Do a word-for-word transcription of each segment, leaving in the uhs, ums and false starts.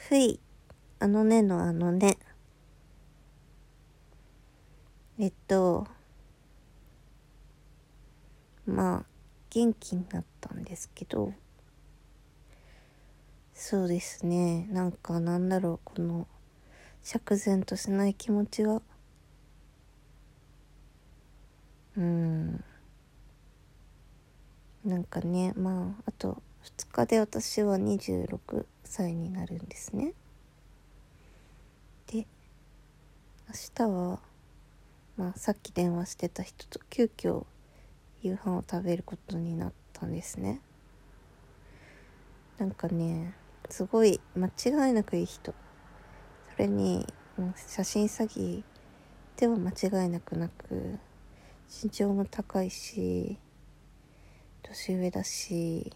ふい、あのねのあのね。えっと、まあ、元気になったんですけど、そうですね、なんかなんだろう、この、釈然としない気持ちは、うーん、なんかね、まあ、あとふつかで私はにじゅうろくさいになるんですね。で、明日は、まあ、さっき電話してた人と急遽夕飯を食べることになったんですね。なんかね、すごい間違いなくいい人。それに、写真詐欺では間違いなくなく、身長も高いし、年上だし、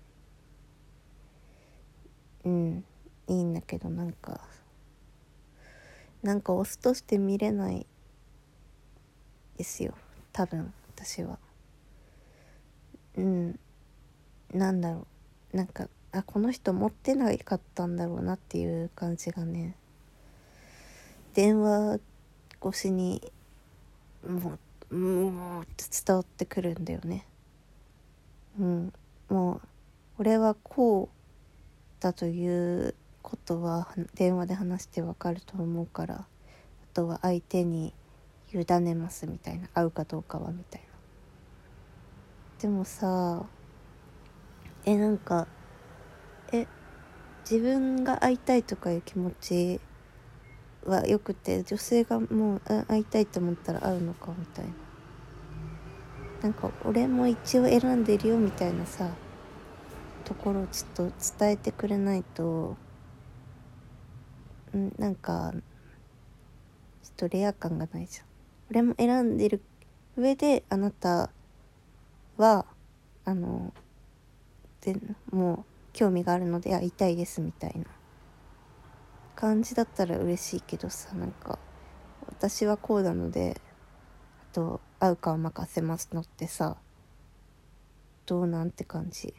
うん、いいんだけど、なんか、なんかオスとして見れないですよ。多分、私は。うん、なんだろう。なんか、あ、この人持ってないかったんだろうなっていう感じがね、電話越しに、もう、もうって伝わってくるんだよね。うん、もう、俺はこうだということは電話で話してわかると思うから、あとは相手に委ねますみたいな、会うかどうかはみたいな。でもさ、えなんかえ自分が会いたいとかいう気持ちはよくて、女性がもう会いたいと思ったら会うのかみたいな、なんか俺も一応選んでるよみたいなさところをちょっと伝えてくれないと、んなんかちょっとレア感がないじゃん。俺も選んでる上であなたはあのでもう興味があるので会いたいですみたいな感じだったら嬉しいけどさ、なんか私はこうなのであと会うかは任せますのってさ、どうなんて感じ。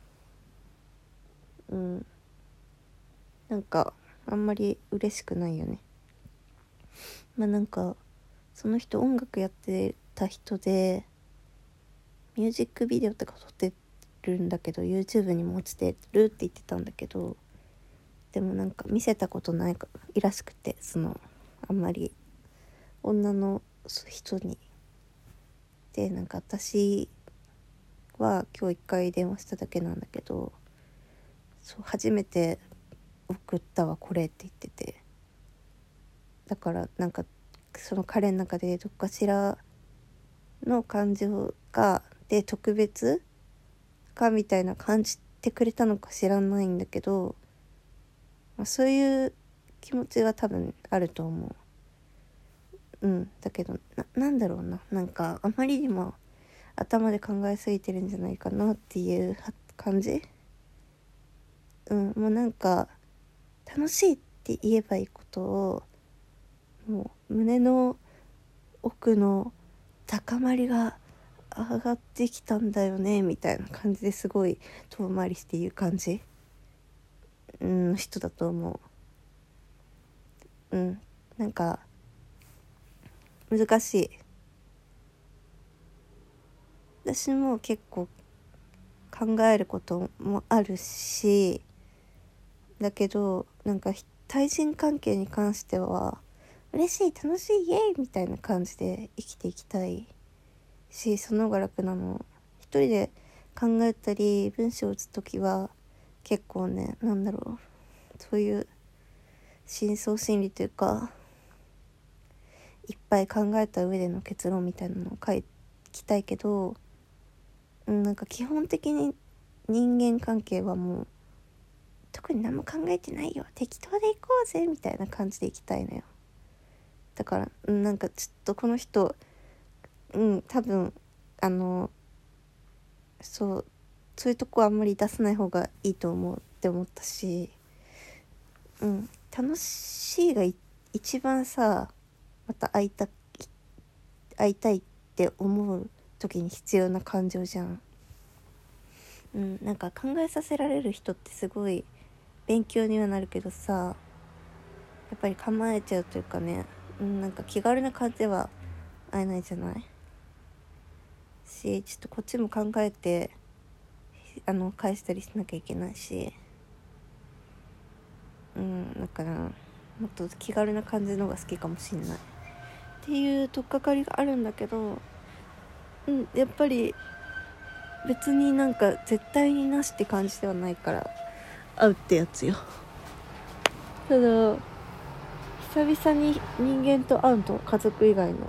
うん、なんかあんまり嬉しくないよね。まあなんかその人音楽やってた人で、ミュージックビデオとか撮ってるんだけど YouTube にも落ちてるって言ってたんだけど、でもなんか見せたことないいらしくて、そのあんまり女の人に。でなんか私は今日一回電話しただけなんだけど、そう初めて送ったわこれって言ってて、だからなんかその彼の中でどっかしらの感情がで特別かみたいな感じてくれたのか知らないんだけど、まあ、そういう気持ちは多分あると思う。うんだけど な, なんだろうな、なんかあまりにも頭で考えすぎてるんじゃないかなっていう感じ。うんもうなんか楽しいって言えばいいことを、もう胸の奥の高まりが上がってきたんだよねみたいな感じですごい遠回りして言う感じの人だと思う。うんなんか難しい。私も結構考えることもあるし、だけどなんか対人関係に関しては嬉しい楽しいイエーイみたいな感じで生きていきたいし、その方が楽なの。一人で考えたり文章を打つときは結構ね、なんだろう、そういう深層心理というかいっぱい考えた上での結論みたいなのを書きたいけど、うん、なんか基本的に人間関係はもう特に何も考えてないよ適当でいこうぜみたいな感じでいきたいのよ。だから、うん、なんかちょっとこの人、うん多分あのそうそういうとこあんまり出さない方がいいと思うって思ったし、うん楽しいが一番さ、また会いた会いたいって思う時に必要な感情じゃん。うんなんか考えさせられる人ってすごい勉強にはなるけどさ、やっぱり構えちゃうというかね、うん、なんか気軽な感じでは会えないじゃないし、ちょっとこっちも考えてあの返したりしなきゃいけないし、うんだからもっと気軽な感じの方が好きかもしんないっていう取っかかりがあるんだけど、うんやっぱり別になんか絶対になしって感じではないから会うってやつよ。ただ久々に人間と会うと、家族以外の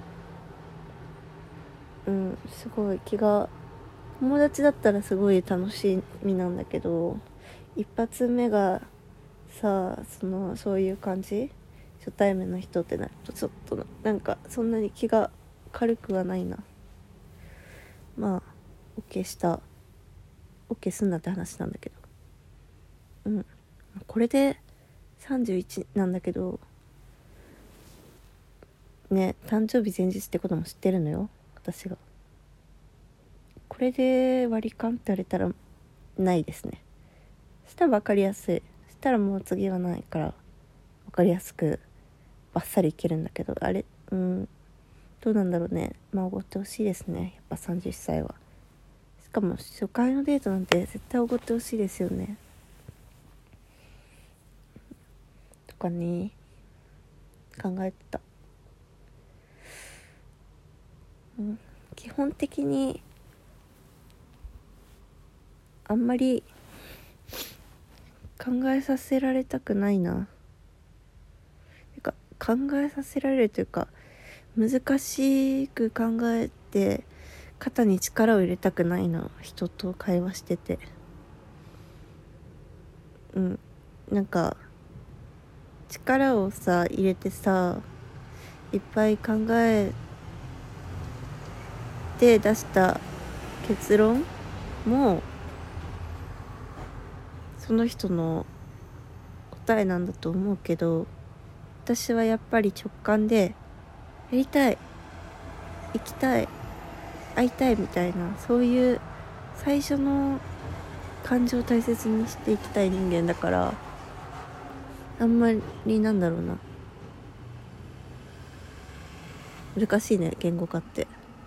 うんすごい気が、友達だったらすごい楽しみなんだけど、一発目がさそのそういう感じ、初対面の人ってなるとちょっとなんかそんなに気が軽くはないな。まあ OK した OK すんなって話なんだけど、うんこれでさんじゅういちなんだけどね、誕生日前日ってことも知ってるのよ私が。これで割り勘って言われたらないですね。そしたら分かりやすい、そしたらもう次はないから分かりやすくバッサリいけるんだけど、あれうんどうなんだろうね。まあおごってほしいですね、やっぱさんじゅっさいは。しかも初回のデートなんて絶対おごってほしいですよねとかね考えてた。うん、基本的にあんまり考えさせられたくないな。てか考えさせられるというか、難しく考えて肩に力を入れたくないな、人と会話してて。うんなんか力をさ入れてさいっぱい考えて出した結論もその人の答えなんだと思うけど、私はやっぱり直感でやりたい、行きたい、会いたいみたいな、そういう最初の感情を大切にしていきたい人間だから、あんまりなんだろうな、難しいね言語化って。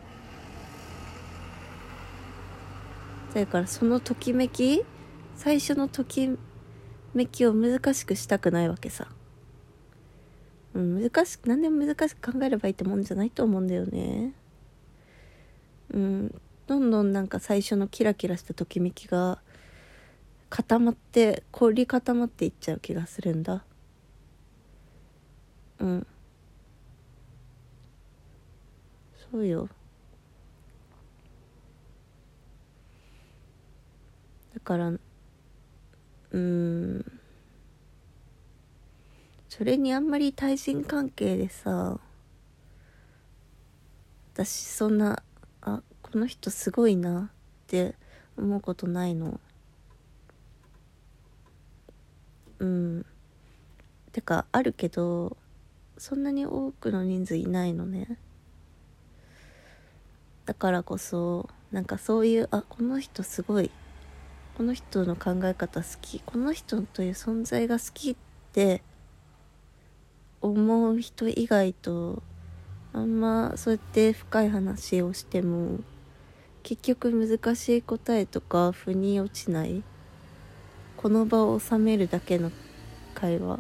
だからそのときめき、最初のときめきを難しくしたくないわけさ。うん、難しく何でも難しく考えればいいってもんじゃないと思うんだよね。うんどんどんなんか最初のキラキラしたときめきが固まって凝り固まっていっちゃう気がするんだ。うんそうよ。だからうーんそれにあんまり対人関係でさ、私そんなあこの人すごいなって思うことないの。うんてかあるけどそんなに多くの人数いないのね。だからこそなんかそういうあこの人すごい、この人の考え方好き、この人という存在が好きって思う人以外とあんまそうやって深い話をしても結局難しい答えとか腑に落ちない、この場を収めるだけの会話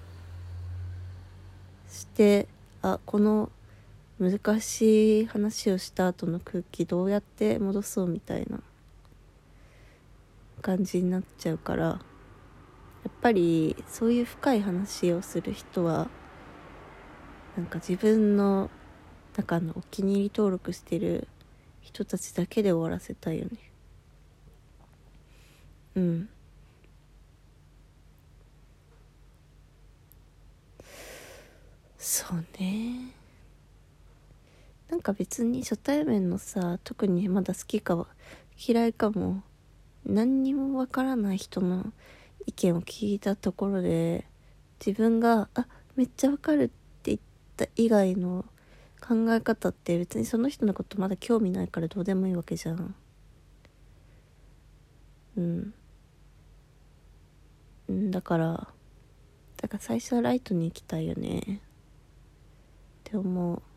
して、あこの難しい話をした後の空気どうやって戻そうみたいな感じになっちゃうから、やっぱりそういう深い話をする人はなんか自分の中のお気に入り登録してる人たちだけで終わらせたいよね。うんそうね。なんか別に初対面のさ、特にまだ好きかは嫌いかも何にもわからない人の意見を聞いたところで自分があめっちゃわかるって言った以外の考え方って別にその人のことまだ興味ないからどうでもいいわけじゃん。うんんだからだから最初はライトに行きたいよねって思う。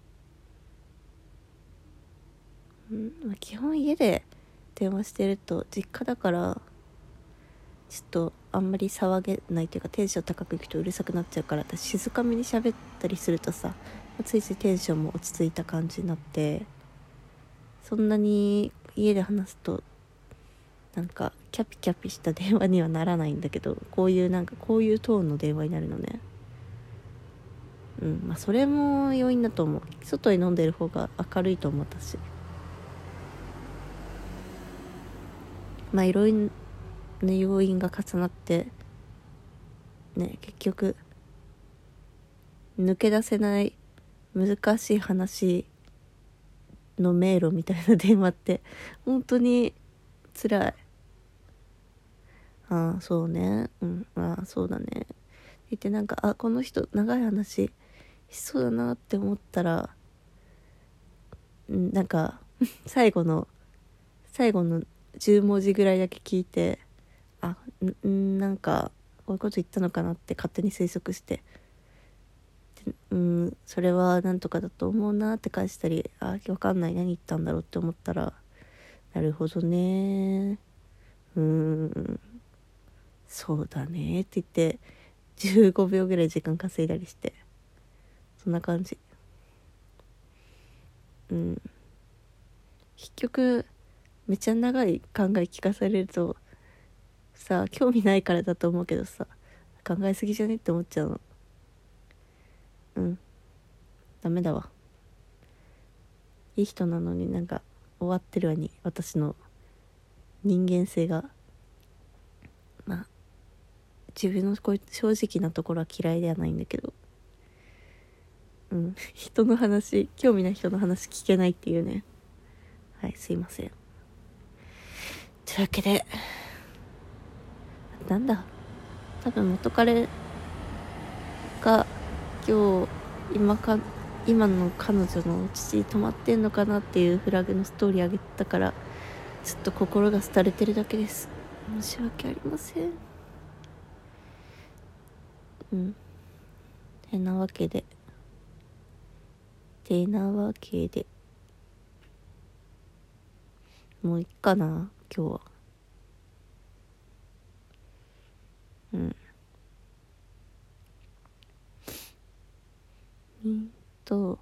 うんまあ、基本家で電話してると実家だからちょっとあんまり騒げないというかテンション高くいくとうるさくなっちゃうから、私静かめに喋ったりするとさついついテンションも落ち着いた感じになって、そんなに家で話すとなんかキャピキャピした電話にはならないんだけど、こういうなんかこういうトーンの電話になるのね。うんまあそれも要因だと思う。外に飲んでる方が明るいと思ったし、まあいろいろな要因が重なってね、結局抜け出せない難しい話の迷路みたいな電話って本当に辛い。ああそうね、うんああそうだねって言ってなんかあこの人長い話しそうだなって思ったら、んなんか最後の最後のじゅう文字ぐらいだけ聞いて、あんなんかこういうこと言ったのかなって勝手に推測して、うんそれはなんとかだと思うなって返したり、あ分かんない何言ったんだろうって思ったら、なるほどねうーんそうだねって言ってじゅうごびょうぐらい時間稼いだりして、そんな感じ。うん結局めっちゃ長い考え聞かされるとさ、興味ないからだと思うけどさ、考えすぎじゃねって思っちゃうの。うんダメだわ。いい人なのになんか終わってるわに、私の人間性が。まあ自分のこういう正直なところは嫌いではないんだけど、うん人の話、興味ない人の話聞けないっていうね。はいすいません。というわけでなんだ多分元彼が今日今か今の彼女の父に泊まってんのかなっていうフラグのストーリーあげたから、ちょっと心が廃れてるだけです。申し訳ありません。うんてなわけでてなわけでもういっかな今日は。うんうんと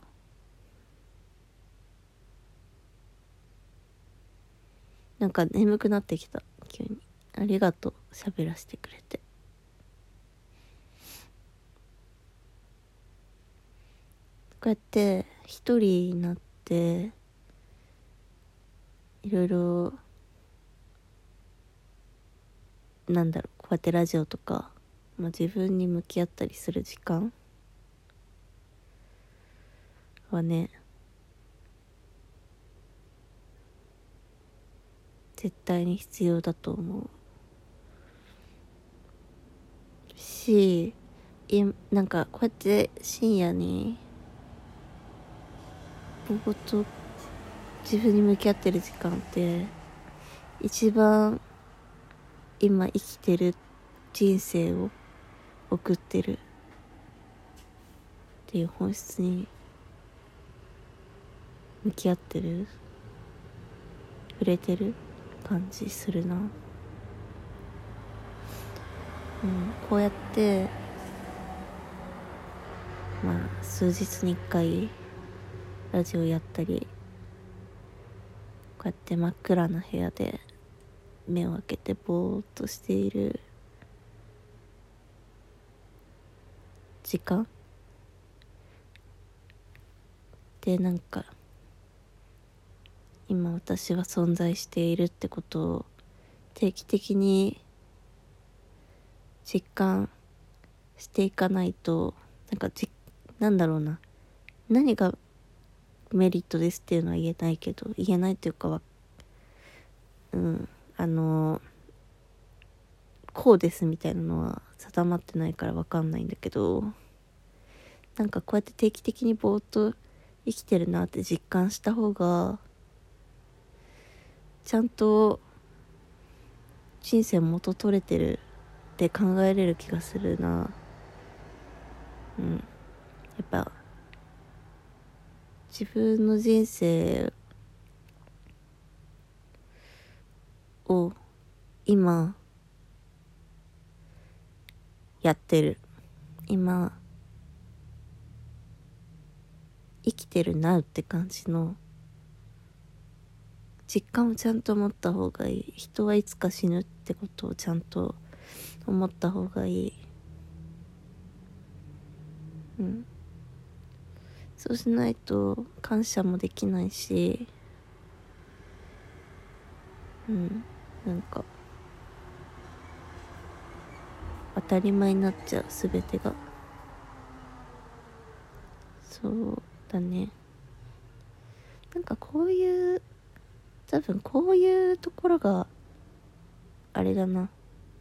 なんか眠くなってきた急に。ありがとう喋らせてくれて。こうやって一人になっていろいろなんだろうこうやってラジオとか、まあ、自分に向き合ったりする時間はね絶対に必要だと思うし、いなんかこうやって深夜にぼーっと自分に向き合ってる時間って一番今生きてる人生を送ってるっていう本質に向き合ってる触れてる感じするな。うんこうやってまあ数日にいっかいラジオやったり、こうやって真っ暗な部屋で目を開けてぼーっとしている時間で、なんか今私は存在しているってことを定期的に実感していかないと、なんかじなんだろうな何がメリットですっていうのは言えないけど、言えないというかはうんあのこうですみたいなのは定まってないから分かんないんだけど、なんかこうやって定期的にぼーっと生きてるなって実感した方がちゃんと人生元取れてるって考えれる気がするな。うん。やっぱ自分の人生を今やってる、今生きてるなって感じの実感をちゃんと持った方がいい。人はいつか死ぬってことをちゃんと思った方がいい。うん。そうしないと感謝もできないし、うん、なんか当たり前になっちゃう、すべてが。そうだね。なんかこういう、多分こういうところがあれだな、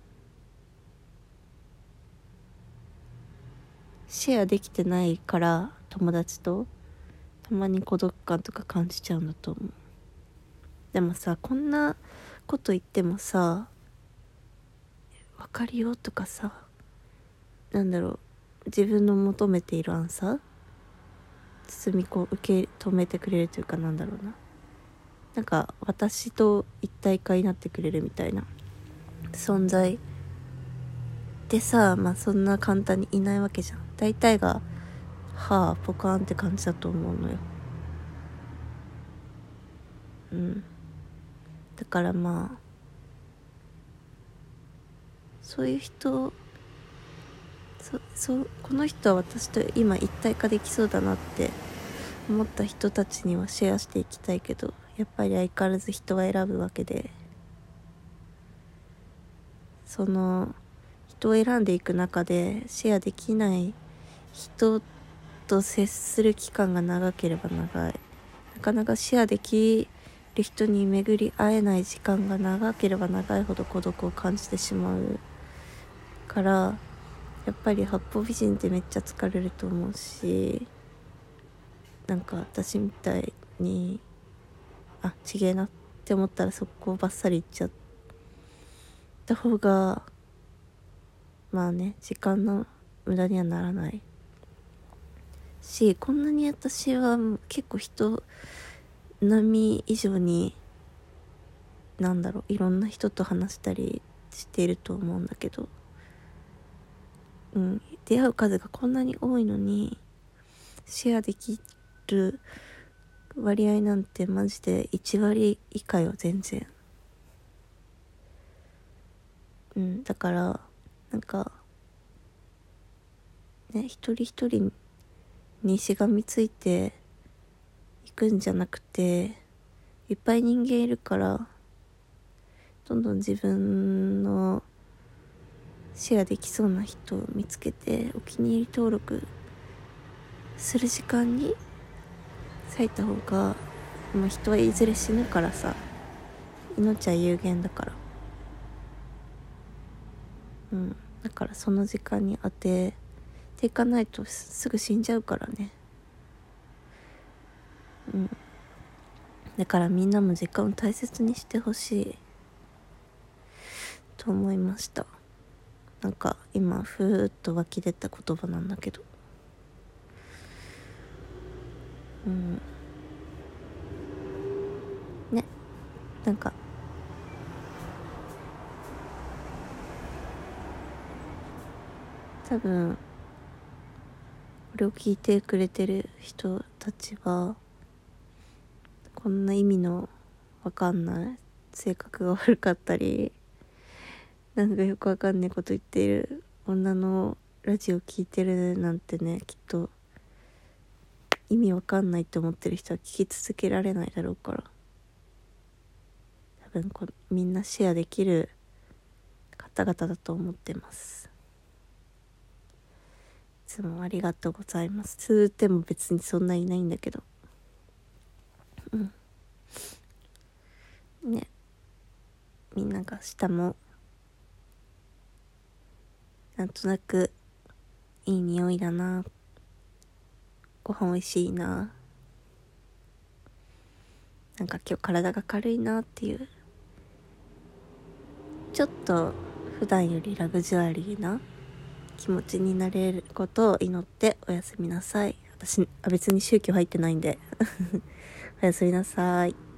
シェアできてないから、友達とたまに孤独感とか感じちゃうんだと思う。でもさ、こんなこと言ってもさ、わかるよとかさ、なんだろう、自分の求めているアンサー包みこう受け止めてくれるというか、なんだろうな、なんか私と一体化になってくれるみたいな存在でさ、まあそんな簡単にいないわけじゃん。大体がはあポカーンって感じだと思うのよ。うん。だからまあそういう人、そそうこの人は私と今一体化できそうだなって思った人たちにはシェアしていきたいけど、やっぱり相変わらず人は選ぶわけで、その人を選んでいく中でシェアできない人と接する期間が長ければ長い、なかなかシェアできる人に巡り会えない時間が長ければ長いほど孤独を感じてしまうから、やっぱり八方美人ってめっちゃ疲れると思うし、なんか私みたいにあちげえなって思ったら速攻バッサリいっちゃった方がまあね、時間の無駄にはならないし、こんなに私は結構人並み以上になんだろう、いろんな人と話したりしていると思うんだけど、うん、出会う数がこんなに多いのにシェアできる割合なんてマジでいち割以下よ、全然。うん、だからなんかね、一人一人にしがみついていくんじゃなくて、いっぱい人間いるからどんどん自分のシェアできそうな人を見つけてお気に入り登録する時間に割いた方が、まあ、人はいずれ死ぬからさ、命は有限だから、うん、だからその時間に当てていかないとすぐ死んじゃうからね。うん、だからみんなも時間を大切にしてほしいと思いました。なんか今ふーっと湧き出た言葉なんだけど、うんね、なんか多分これを聞いてくれてる人たちはこんな意味のわかんない性格が悪かったり、なんかよくわかんないこと言っている女のラジオ聞いてるなんてね、きっと意味わかんないって思ってる人は聞き続けられないだろうから、多分こみんなシェアできる方々だと思ってます。いつもありがとうございます。つっても別にそんなにいないんだけど、うんね、みんなが明日もなんとなくいい匂いだな、ご飯おいしいな、なんか今日体が軽いなっていう、ちょっと普段よりラグジュアリーな気持ちになれることを祈っておやすみなさい。私、あ別に宗教入ってないんでおやすみなさい。